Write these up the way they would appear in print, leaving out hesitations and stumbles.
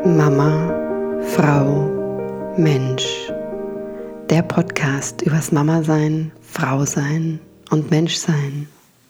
Mama, Frau, Mensch. Der Podcast übers Mama-Sein, Frau-Sein und Menschsein.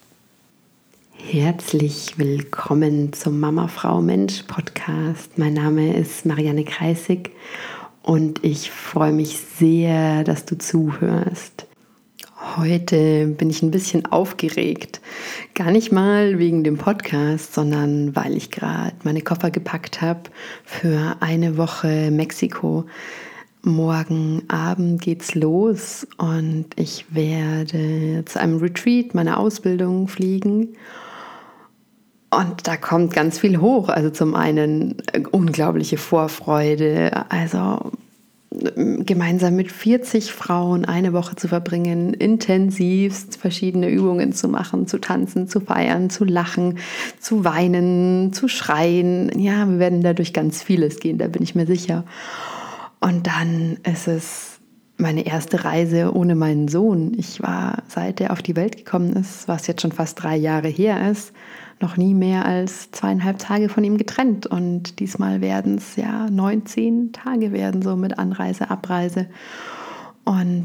Herzlich willkommen zum Mama, Frau, Mensch Podcast. Mein Name ist Marianne Kreissig und ich freue mich sehr, dass du zuhörst. Heute bin ich ein bisschen aufgeregt. Gar nicht mal wegen dem Podcast, sondern weil ich gerade meine Koffer gepackt habe für eine Woche Mexiko. Morgen Abend geht's los und ich werde zu einem Retreat meiner Ausbildung fliegen. Und da kommt ganz viel hoch. Also zum einen unglaubliche Vorfreude, also gemeinsam mit 40 Frauen eine Woche zu verbringen, intensivst verschiedene Übungen zu machen, zu tanzen, zu feiern, zu lachen, zu weinen, zu schreien. Ja, wir werden dadurch ganz vieles gehen, da bin ich mir sicher. Und dann ist es meine erste Reise ohne meinen Sohn. Ich war, seit er auf die Welt gekommen ist, was jetzt schon fast 3 Jahre her ist, noch nie mehr als 2,5 Tage von ihm getrennt. Und diesmal werden es 19 Tage werden, so mit Anreise, Abreise. Und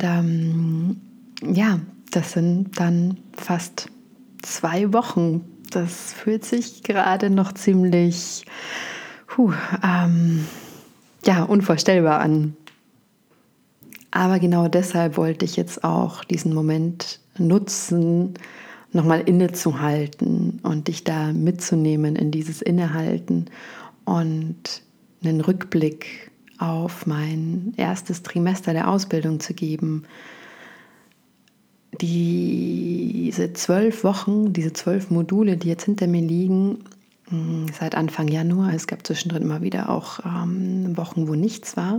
das sind dann fast 2 Wochen. Das fühlt sich gerade noch ziemlich unvorstellbar an. Aber genau deshalb wollte ich jetzt auch diesen Moment nutzen, nochmal innezuhalten und dich da mitzunehmen in dieses Innehalten und einen Rückblick auf mein erstes Trimester der Ausbildung zu geben. Diese 12 Wochen, diese 12 Module, die jetzt hinter mir liegen, seit Anfang Januar, es gab zwischendrin immer wieder auch Wochen, wo nichts war,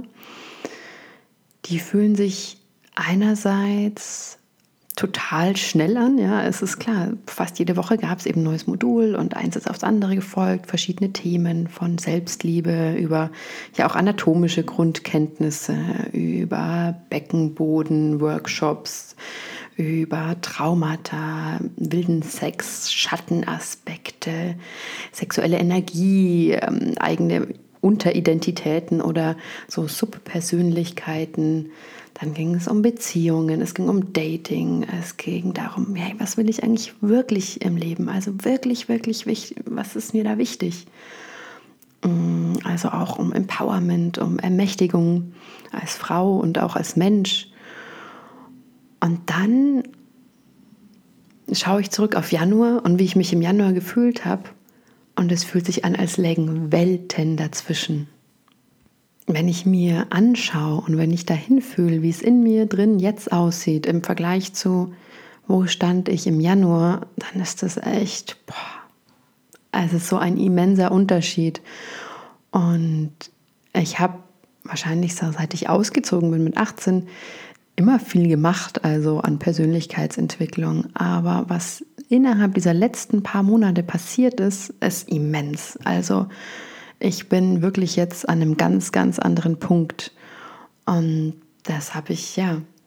die fühlen sich einerseits total schnell an. Ja, es ist klar, fast jede Woche gab es eben ein neues Modul und eins ist aufs andere gefolgt, verschiedene Themen von Selbstliebe über auch anatomische Grundkenntnisse, über Beckenboden, Workshops, über Traumata, wilden Sex, Schattenaspekte, sexuelle Energie, eigene Unteridentitäten oder so Subpersönlichkeiten. Dann ging es um Beziehungen, es ging um Dating, es ging darum, was will ich eigentlich wirklich im Leben? Also wirklich, wirklich wichtig, was ist mir da wichtig? Also auch um Empowerment, um Ermächtigung als Frau und auch als Mensch. Und dann schaue ich zurück auf Januar und wie ich mich im Januar gefühlt habe. Und es fühlt sich an, als lägen Welten dazwischen. Wenn ich mir anschaue und wenn ich dahin fühle, wie es in mir drin jetzt aussieht, im Vergleich zu, wo stand ich im Januar, dann ist das echt, also so ein immenser Unterschied. Und ich habe wahrscheinlich seit ich ausgezogen bin mit 18 immer viel gemacht, also an Persönlichkeitsentwicklung. Aber was innerhalb dieser letzten paar Monate passiert ist, ist immens. Also ich bin wirklich jetzt an einem ganz, ganz anderen Punkt. Und das habe ich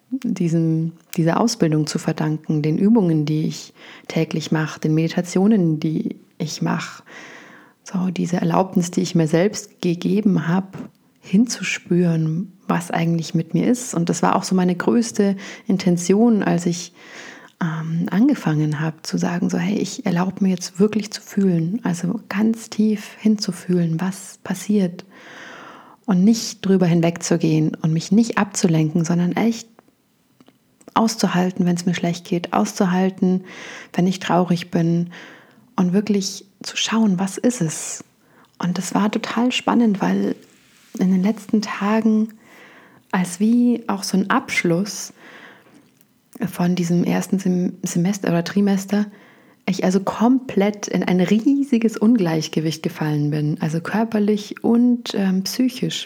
dieser Ausbildung zu verdanken, den Übungen, die ich täglich mache, den Meditationen, die ich mache. So diese Erlaubnis, die ich mir selbst gegeben habe, hinzuspüren, was eigentlich mit mir ist. Und das war auch so meine größte Intention, als ich angefangen habe zu sagen, ich erlaube mir jetzt wirklich zu fühlen, also ganz tief hinzufühlen, was passiert und nicht drüber hinwegzugehen und mich nicht abzulenken, sondern echt auszuhalten, wenn es mir schlecht geht, auszuhalten, wenn ich traurig bin und wirklich zu schauen, was ist es. Und das war total spannend, weil in den letzten Tagen als wie auch so ein Abschluss von diesem ersten Semester oder Trimester, ich also komplett in ein riesiges Ungleichgewicht gefallen bin, also körperlich und psychisch.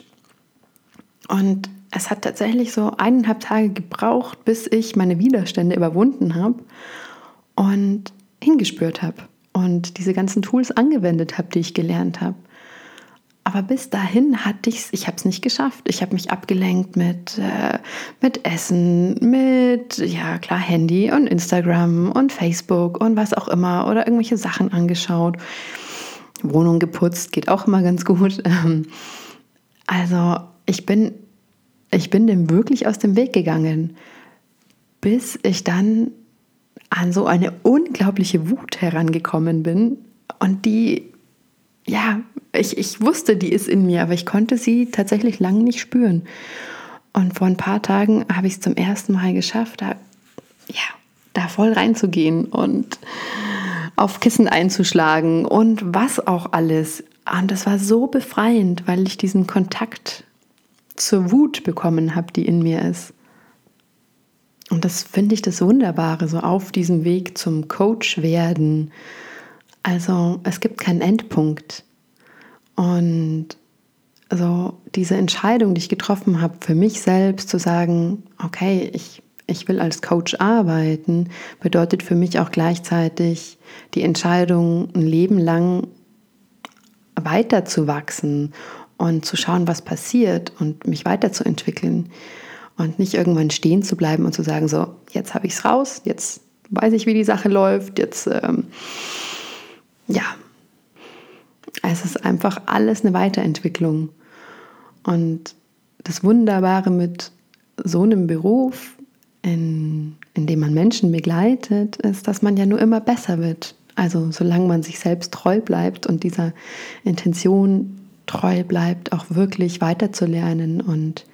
Und es hat tatsächlich so 1,5 Tage gebraucht, bis ich meine Widerstände überwunden habe und hingespürt habe und diese ganzen Tools angewendet habe, die ich gelernt habe. Aber bis dahin ich habe es nicht geschafft. Ich habe mich abgelenkt mit Essen, mit, Handy und Instagram und Facebook und was auch immer oder irgendwelche Sachen angeschaut. Wohnung geputzt, geht auch immer ganz gut. Also ich bin dem wirklich aus dem Weg gegangen, bis ich dann an so eine unglaubliche Wut herangekommen bin. Und die, ja, ich wusste, die ist in mir, aber ich konnte sie tatsächlich lange nicht spüren. Und vor ein paar Tagen habe ich es zum ersten Mal geschafft, da voll reinzugehen und auf Kissen einzuschlagen und was auch alles. Und das war so befreiend, weil ich diesen Kontakt zur Wut bekommen habe, die in mir ist. Und das finde ich das Wunderbare, so auf diesem Weg zum Coach werden. Also es gibt keinen Endpunkt. Und also diese Entscheidung, die ich getroffen habe, für mich selbst zu sagen, okay, ich will als Coach arbeiten, bedeutet für mich auch gleichzeitig die Entscheidung, ein Leben lang weiterzuwachsen und zu schauen, was passiert und mich weiterzuentwickeln und nicht irgendwann stehen zu bleiben und zu sagen, so, jetzt habe ich es raus, jetzt weiß ich, wie die Sache läuft, jetzt, es ist einfach alles eine Weiterentwicklung. Und das Wunderbare mit so einem Beruf, in dem man Menschen begleitet, ist, dass man ja nur immer besser wird. Also solange man sich selbst treu bleibt und dieser Intention treu bleibt, auch wirklich weiterzulernen und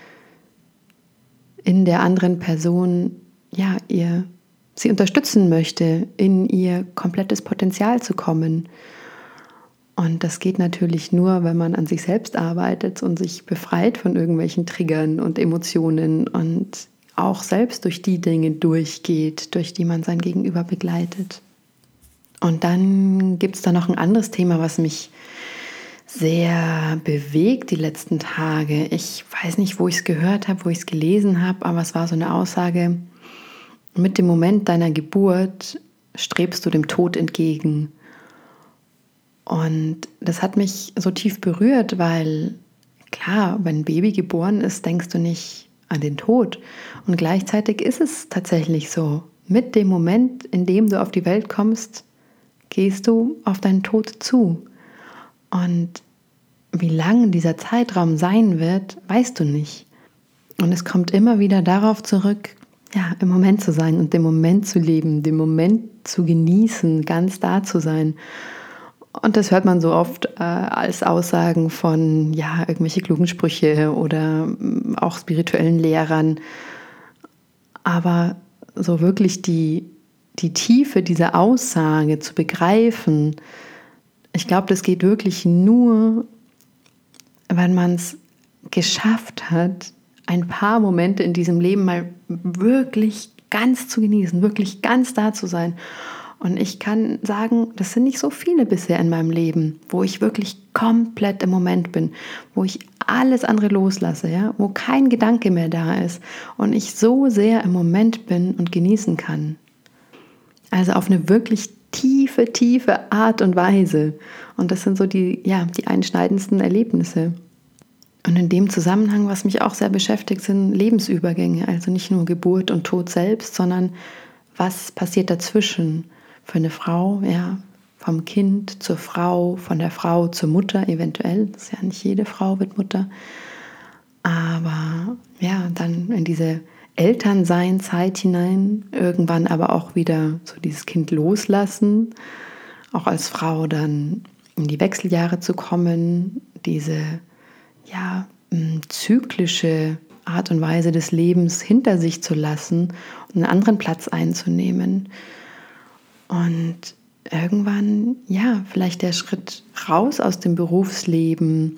in der anderen Person, sie unterstützen möchte, in ihr komplettes Potenzial zu kommen. Und das geht natürlich nur, wenn man an sich selbst arbeitet und sich befreit von irgendwelchen Triggern und Emotionen und auch selbst durch die Dinge durchgeht, durch die man sein Gegenüber begleitet. Und dann gibt es da noch ein anderes Thema, was mich sehr bewegt die letzten Tage. Ich weiß nicht, wo ich es gehört habe, wo ich es gelesen habe, aber es war so eine Aussage: Mit dem Moment deiner Geburt strebst du dem Tod entgegen. Und das hat mich so tief berührt, weil klar, wenn ein Baby geboren ist, denkst du nicht an den Tod. Und gleichzeitig ist es tatsächlich so. Mit dem Moment, in dem du auf die Welt kommst, gehst du auf deinen Tod zu. Und wie lang dieser Zeitraum sein wird, weißt du nicht. Und es kommt immer wieder darauf zurück, im Moment zu sein und den Moment zu leben, den Moment zu genießen, ganz da zu sein. Und das hört man so oft als Aussagen von irgendwelche klugen Sprüche oder auch spirituellen Lehrern. Aber so wirklich die Tiefe dieser Aussage zu begreifen, ich glaube, das geht wirklich nur, wenn man es geschafft hat, ein paar Momente in diesem Leben mal wirklich ganz zu genießen, wirklich ganz da zu sein. Und ich kann sagen, das sind nicht so viele bisher in meinem Leben, wo ich wirklich komplett im Moment bin, wo ich alles andere loslasse, wo kein Gedanke mehr da ist und ich so sehr im Moment bin und genießen kann. Also auf eine wirklich tiefe Art und Weise. Und das sind so die einschneidendsten Erlebnisse. Und in dem Zusammenhang, was mich auch sehr beschäftigt, sind Lebensübergänge. Also nicht nur Geburt und Tod selbst, sondern was passiert dazwischen für eine Frau, vom Kind zur Frau, von der Frau zur Mutter eventuell. Das ist ja nicht jede Frau wird Mutter. Aber dann in diese Elternseinzeit hinein, irgendwann aber auch wieder so dieses Kind loslassen, auch als Frau dann in die Wechseljahre zu kommen, diese zyklische Art und Weise des Lebens hinter sich zu lassen und einen anderen Platz einzunehmen. Und irgendwann, vielleicht der Schritt raus aus dem Berufsleben,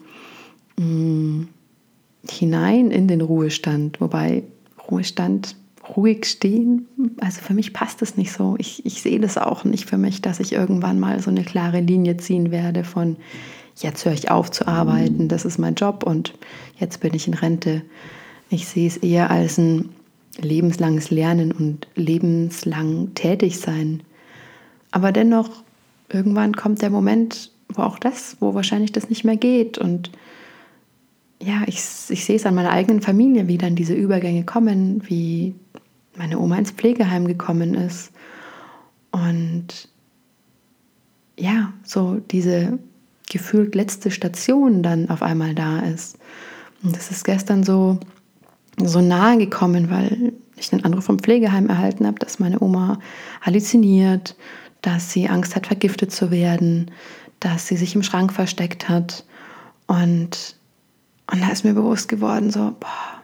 hinein in den Ruhestand. Wobei Ruhestand, ruhig stehen, also für mich passt das nicht so. Ich sehe das auch nicht für mich, dass ich irgendwann mal so eine klare Linie ziehen werde von jetzt höre ich auf zu arbeiten, das ist mein Job und jetzt bin ich in Rente. Ich sehe es eher als ein lebenslanges Lernen und lebenslang tätig sein. Aber dennoch, irgendwann kommt der Moment, wo wahrscheinlich das nicht mehr geht. Und ich sehe es an meiner eigenen Familie, wie dann diese Übergänge kommen, wie meine Oma ins Pflegeheim gekommen ist. Und so diese gefühlt letzte Station dann auf einmal da ist. Und das ist gestern so nahe gekommen, weil ich einen Anruf vom Pflegeheim erhalten habe, dass meine Oma halluziniert, dass sie Angst hat, vergiftet zu werden, dass sie sich im Schrank versteckt hat. Und da ist mir bewusst geworden, so,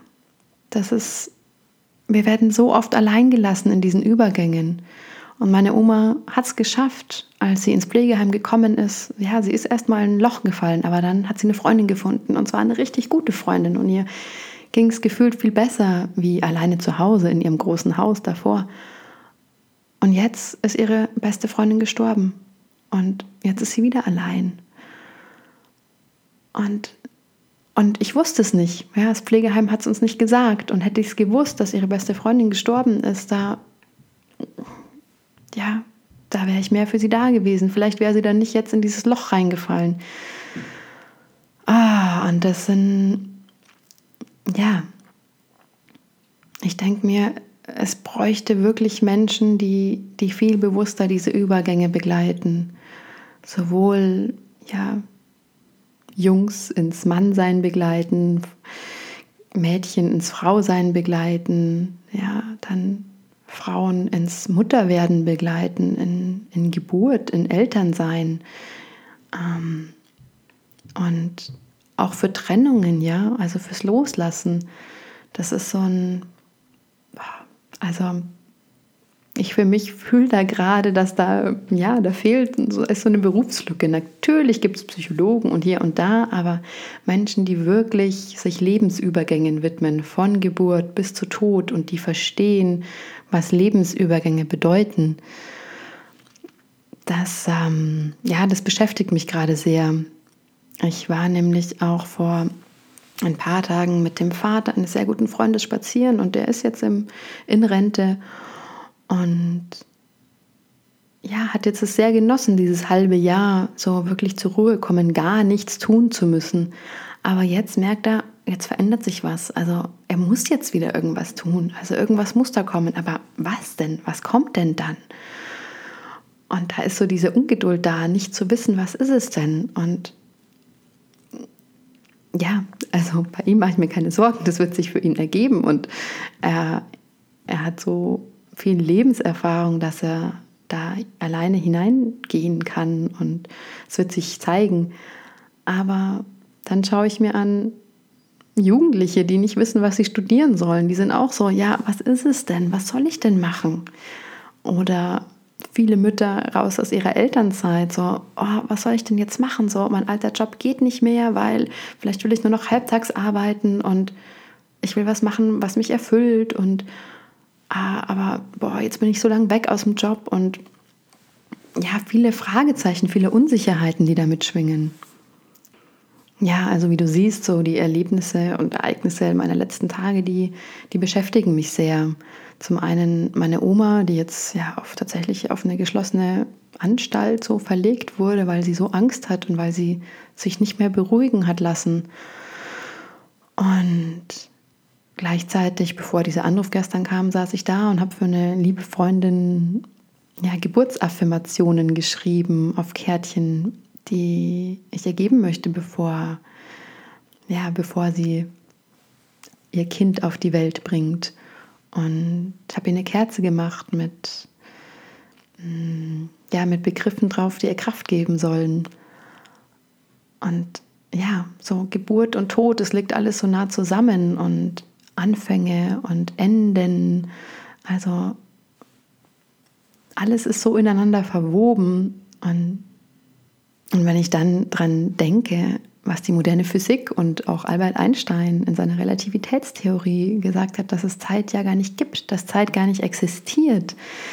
wir werden so oft allein gelassen in diesen Übergängen. Und meine Oma hat es geschafft, als sie ins Pflegeheim gekommen ist. Ja, sie ist erst mal in ein Loch gefallen, aber dann hat sie eine Freundin gefunden, und zwar eine richtig gute Freundin. Und ihr ging es gefühlt viel besser wie alleine zu Hause in ihrem großen Haus davor. Und jetzt ist ihre beste Freundin gestorben. Und jetzt ist sie wieder allein. Und ich wusste es nicht. Ja, das Pflegeheim hat es uns nicht gesagt. Und hätte ich es gewusst, dass ihre beste Freundin gestorben ist, da wäre ich mehr für sie da gewesen. Vielleicht wäre sie dann nicht jetzt in dieses Loch reingefallen. Und das sind, ich denke mir, es bräuchte wirklich Menschen, die viel bewusster diese Übergänge begleiten. Sowohl, Jungs ins Mannsein begleiten, Mädchen ins Frausein begleiten, dann Frauen ins Mutterwerden begleiten, in Geburt, in Elternsein, und auch für Trennungen, also fürs Loslassen. Das ist so ich für mich fühle da gerade, dass da fehlt, ist so eine Berufslücke. Natürlich gibt es Psychologen und hier und da, aber Menschen, die wirklich sich Lebensübergängen widmen, von Geburt bis zu Tod, und die verstehen, was Lebensübergänge bedeuten, das beschäftigt mich gerade sehr. Ich war nämlich auch vor ein paar Tagen mit dem Vater eines sehr guten Freundes spazieren, und der ist jetzt in Rente und hat jetzt es sehr genossen, dieses halbe Jahr so wirklich zur Ruhe kommen, gar nichts tun zu müssen. Aber jetzt merkt er, jetzt verändert sich was. Also er muss jetzt wieder irgendwas tun. Also irgendwas muss da kommen. Aber was denn? Was kommt denn dann? Und da ist so diese Ungeduld da, nicht zu wissen, was ist es denn? Und also bei ihm mache ich mir keine Sorgen, das wird sich für ihn ergeben. Und er hat so viel Lebenserfahrung, dass er da alleine hineingehen kann, und es wird sich zeigen. Aber dann schaue ich mir an, Jugendliche, die nicht wissen, was sie studieren sollen, die sind auch so, was ist es denn? Was soll ich denn machen? Oder viele Mütter raus aus ihrer Elternzeit, so, was soll ich denn jetzt machen? So, mein alter Job geht nicht mehr, weil vielleicht will ich nur noch halbtags arbeiten und ich will was machen, was mich erfüllt, und aber jetzt bin ich so lange weg aus dem Job, und viele Fragezeichen, viele Unsicherheiten, die da mitschwingen. Also wie du siehst, so die Erlebnisse und Ereignisse meiner letzten Tage, die beschäftigen mich sehr. Zum einen meine Oma, die jetzt tatsächlich auf eine geschlossene Anstalt so verlegt wurde, weil sie so Angst hat und weil sie sich nicht mehr beruhigen hat lassen. Und gleichzeitig, bevor dieser Anruf gestern kam, saß ich da und habe für eine liebe Freundin Geburtsaffirmationen geschrieben auf Kärtchen, die ich ihr geben möchte, bevor sie ihr Kind auf die Welt bringt. Und ich habe ihr eine Kerze gemacht mit Begriffen drauf, die ihr Kraft geben sollen. Und so Geburt und Tod, es liegt alles so nah zusammen, und Anfänge und Enden, also alles ist so ineinander verwoben. Und wenn ich dann dran denke, was die moderne Physik und auch Albert Einstein in seiner Relativitätstheorie gesagt hat, dass es Zeit ja gar nicht gibt, dass Zeit gar nicht existiert.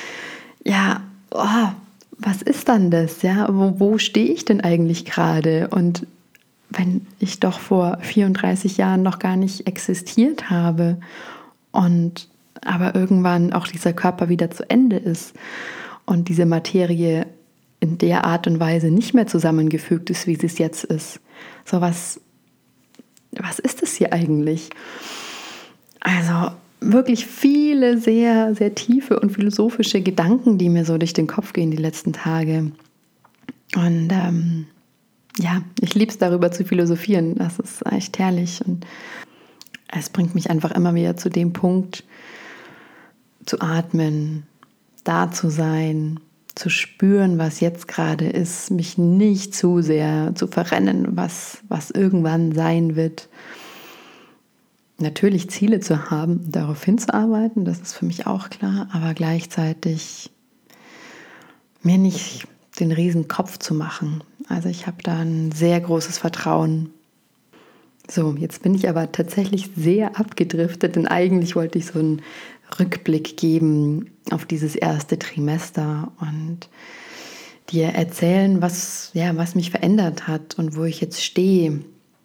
Was ist dann das? Wo stehe ich denn eigentlich gerade? Und wenn ich doch vor 34 Jahren noch gar nicht existiert habe und aber irgendwann auch dieser Körper wieder zu Ende ist und diese Materie in der Art und Weise nicht mehr zusammengefügt ist, wie sie es jetzt ist. So, was ist das hier eigentlich? Also wirklich viele sehr, sehr tiefe und philosophische Gedanken, die mir so durch den Kopf gehen die letzten Tage. Und ja, ich liebe es, darüber zu philosophieren. Das ist echt herrlich. Und es bringt mich einfach immer wieder zu dem Punkt, zu atmen, da zu sein, zu spüren, was jetzt gerade ist, mich nicht zu sehr zu verrennen, was irgendwann sein wird. Natürlich Ziele zu haben, darauf hinzuarbeiten, das ist für mich auch klar, aber gleichzeitig mir nicht den riesen Kopf zu machen. Also ich habe da ein sehr großes Vertrauen. So, jetzt bin ich aber tatsächlich sehr abgedriftet, denn eigentlich wollte ich so einen Rückblick geben auf dieses erste Trimester und dir erzählen, was mich verändert hat und wo ich jetzt stehe.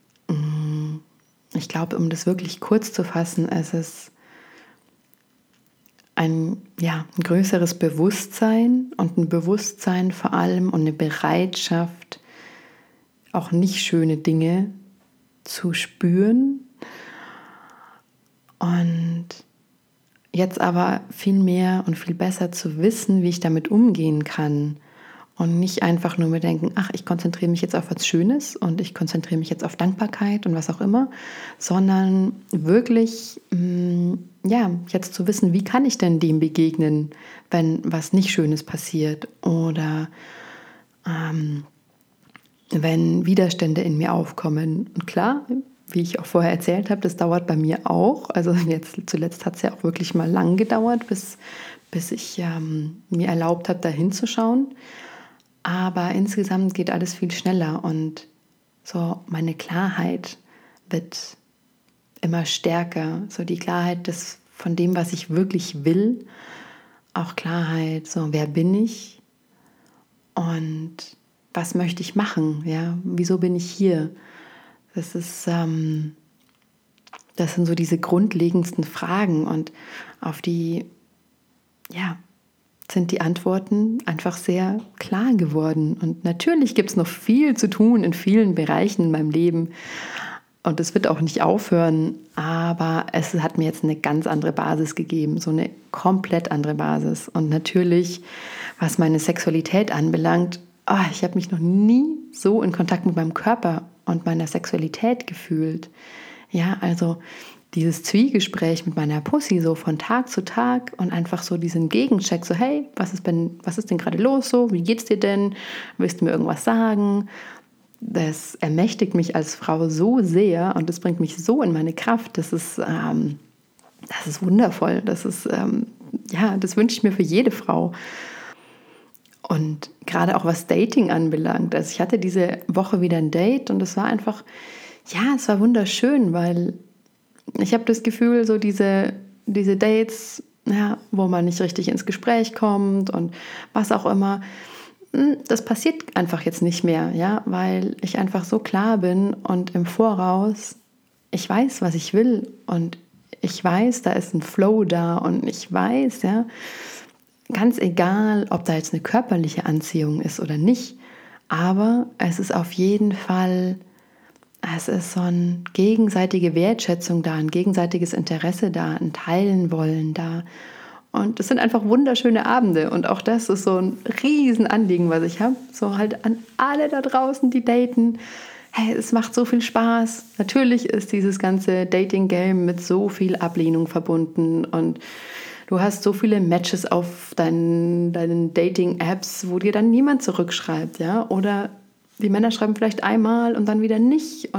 Ich glaube, um das wirklich kurz zu fassen, es ist ein größeres Bewusstsein und ein Bewusstsein vor allem und eine Bereitschaft, auch nicht schöne Dinge zu spüren und jetzt aber viel mehr und viel besser zu wissen, wie ich damit umgehen kann und nicht einfach nur mir denken, ach, ich konzentriere mich jetzt auf was Schönes und ich konzentriere mich jetzt auf Dankbarkeit und was auch immer, sondern wirklich jetzt zu wissen, wie kann ich denn dem begegnen, wenn was nicht Schönes passiert oder wenn Widerstände in mir aufkommen. Und klar, wie ich auch vorher erzählt habe, das dauert bei mir auch. Also jetzt zuletzt hat es ja auch wirklich mal lang gedauert, bis ich mir erlaubt habe, da hinzuschauen. Aber insgesamt geht alles viel schneller und so meine Klarheit wird immer stärker. So die Klarheit von dem, was ich wirklich will. Auch Klarheit, so wer bin ich und was möchte ich machen? Ja? Wieso bin ich hier? Das sind so diese grundlegendsten Fragen und auf die, sind die Antworten einfach sehr klar geworden. Und natürlich gibt es noch viel zu tun in vielen Bereichen in meinem Leben. Und es wird auch nicht aufhören, aber es hat mir jetzt eine ganz andere Basis gegeben, so eine komplett andere Basis. Und natürlich, was meine Sexualität anbelangt, ich habe mich noch nie so in Kontakt mit meinem Körper und meiner Sexualität gefühlt. Ja, also dieses Zwiegespräch mit meiner Pussy so von Tag zu Tag und einfach so diesen Gegencheck, so hey, was ist denn gerade los so? Wie geht's dir denn? Willst du mir irgendwas sagen? Das ermächtigt mich als Frau so sehr und das bringt mich so in meine Kraft. Das ist wundervoll. Das wünsche ich mir für jede Frau. Und gerade auch was Dating anbelangt. Also ich hatte diese Woche wieder ein Date und es war einfach, es war wunderschön, weil ich habe das Gefühl, so diese Dates, wo man nicht richtig ins Gespräch kommt und was auch immer, das passiert einfach jetzt nicht mehr, ja, weil ich einfach so klar bin und im Voraus, ich weiß, was ich will und ich weiß, da ist ein Flow da und ich weiß, ganz egal, ob da jetzt eine körperliche Anziehung ist oder nicht, aber es ist auf jeden Fall, es ist so eine gegenseitige Wertschätzung da, ein gegenseitiges Interesse da, ein Teilen wollen da. Und es sind einfach wunderschöne Abende. Und auch das ist so ein Riesenanliegen, was ich habe. So halt an alle da draußen, die daten. Hey, es macht so viel Spaß. Natürlich ist dieses ganze Dating-Game mit so viel Ablehnung verbunden. Und du hast so viele Matches auf deinen Dating-Apps, wo dir dann niemand zurückschreibt. Ja? Oder die Männer schreiben vielleicht einmal und dann wieder nicht.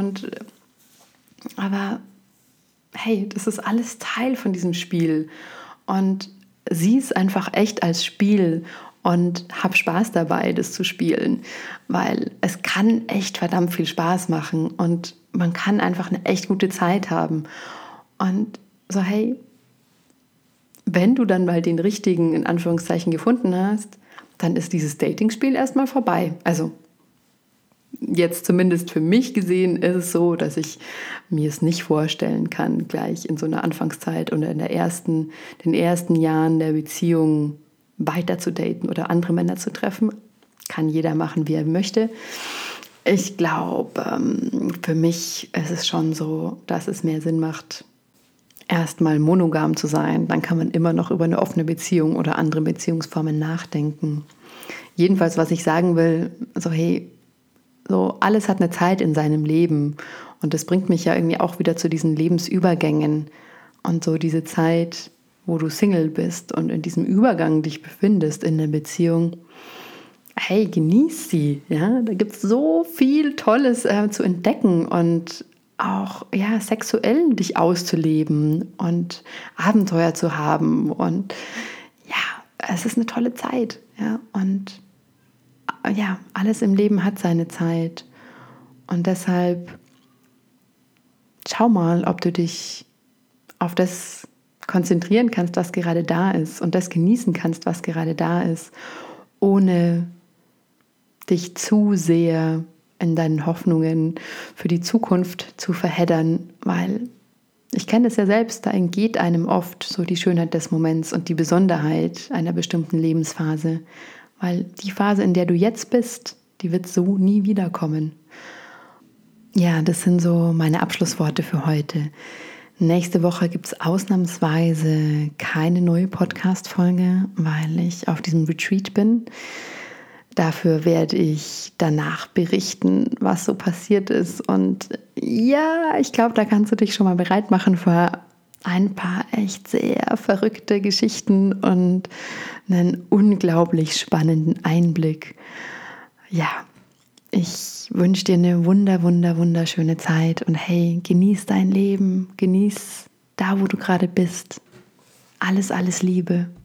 Aber hey, das ist alles Teil von diesem Spiel. Und sieh es einfach echt als Spiel und hab Spaß dabei, das zu spielen, weil es kann echt verdammt viel Spaß machen und man kann einfach eine echt gute Zeit haben. Und so, hey, wenn du dann mal den richtigen, in Anführungszeichen, gefunden hast, dann ist dieses Dating-Spiel erstmal vorbei. Also jetzt zumindest für mich gesehen ist es so, dass ich mir es nicht vorstellen kann, gleich in so einer Anfangszeit oder in den ersten Jahren der Beziehung weiter zu daten oder andere Männer zu treffen. Kann jeder machen, wie er möchte. Ich glaube, für mich ist es schon so, dass es mehr Sinn macht, erstmal monogam zu sein. Dann kann man immer noch über eine offene Beziehung oder andere Beziehungsformen nachdenken. Jedenfalls, was ich sagen will, so hey, So, alles hat eine Zeit in seinem Leben. Und das bringt mich ja irgendwie auch wieder zu diesen Lebensübergängen. Und so diese Zeit, wo du Single bist und in diesem Übergang dich befindest in der Beziehung, hey, genieß sie. Ja? Da gibt es so viel Tolles zu entdecken und auch ja, sexuell dich auszuleben und Abenteuer zu haben. Und ja, es ist eine tolle Zeit. Ja? Und ja, alles im Leben hat seine Zeit. Und deshalb schau mal, ob du dich auf das konzentrieren kannst, was gerade da ist und das genießen kannst, was gerade da ist, ohne dich zu sehr in deinen Hoffnungen für die Zukunft zu verheddern, weil ich kenne das ja selbst, da entgeht einem oft so die Schönheit des Moments und die Besonderheit einer bestimmten Lebensphase, weil die Phase, in der du jetzt bist, die wird so nie wiederkommen. Ja, das sind so meine Abschlussworte für heute. Nächste Woche gibt es ausnahmsweise keine neue Podcast-Folge, weil ich auf diesem Retreat bin. Dafür werde ich danach berichten, was so passiert ist. Und ja, ich glaube, da kannst du dich schon mal bereit machen für ein paar echt sehr verrückte Geschichten und einen unglaublich spannenden Einblick. Ja, ich wünsche dir eine wunderschöne Zeit und hey, genieß dein Leben, genieß da, wo du gerade bist. Alles Liebe.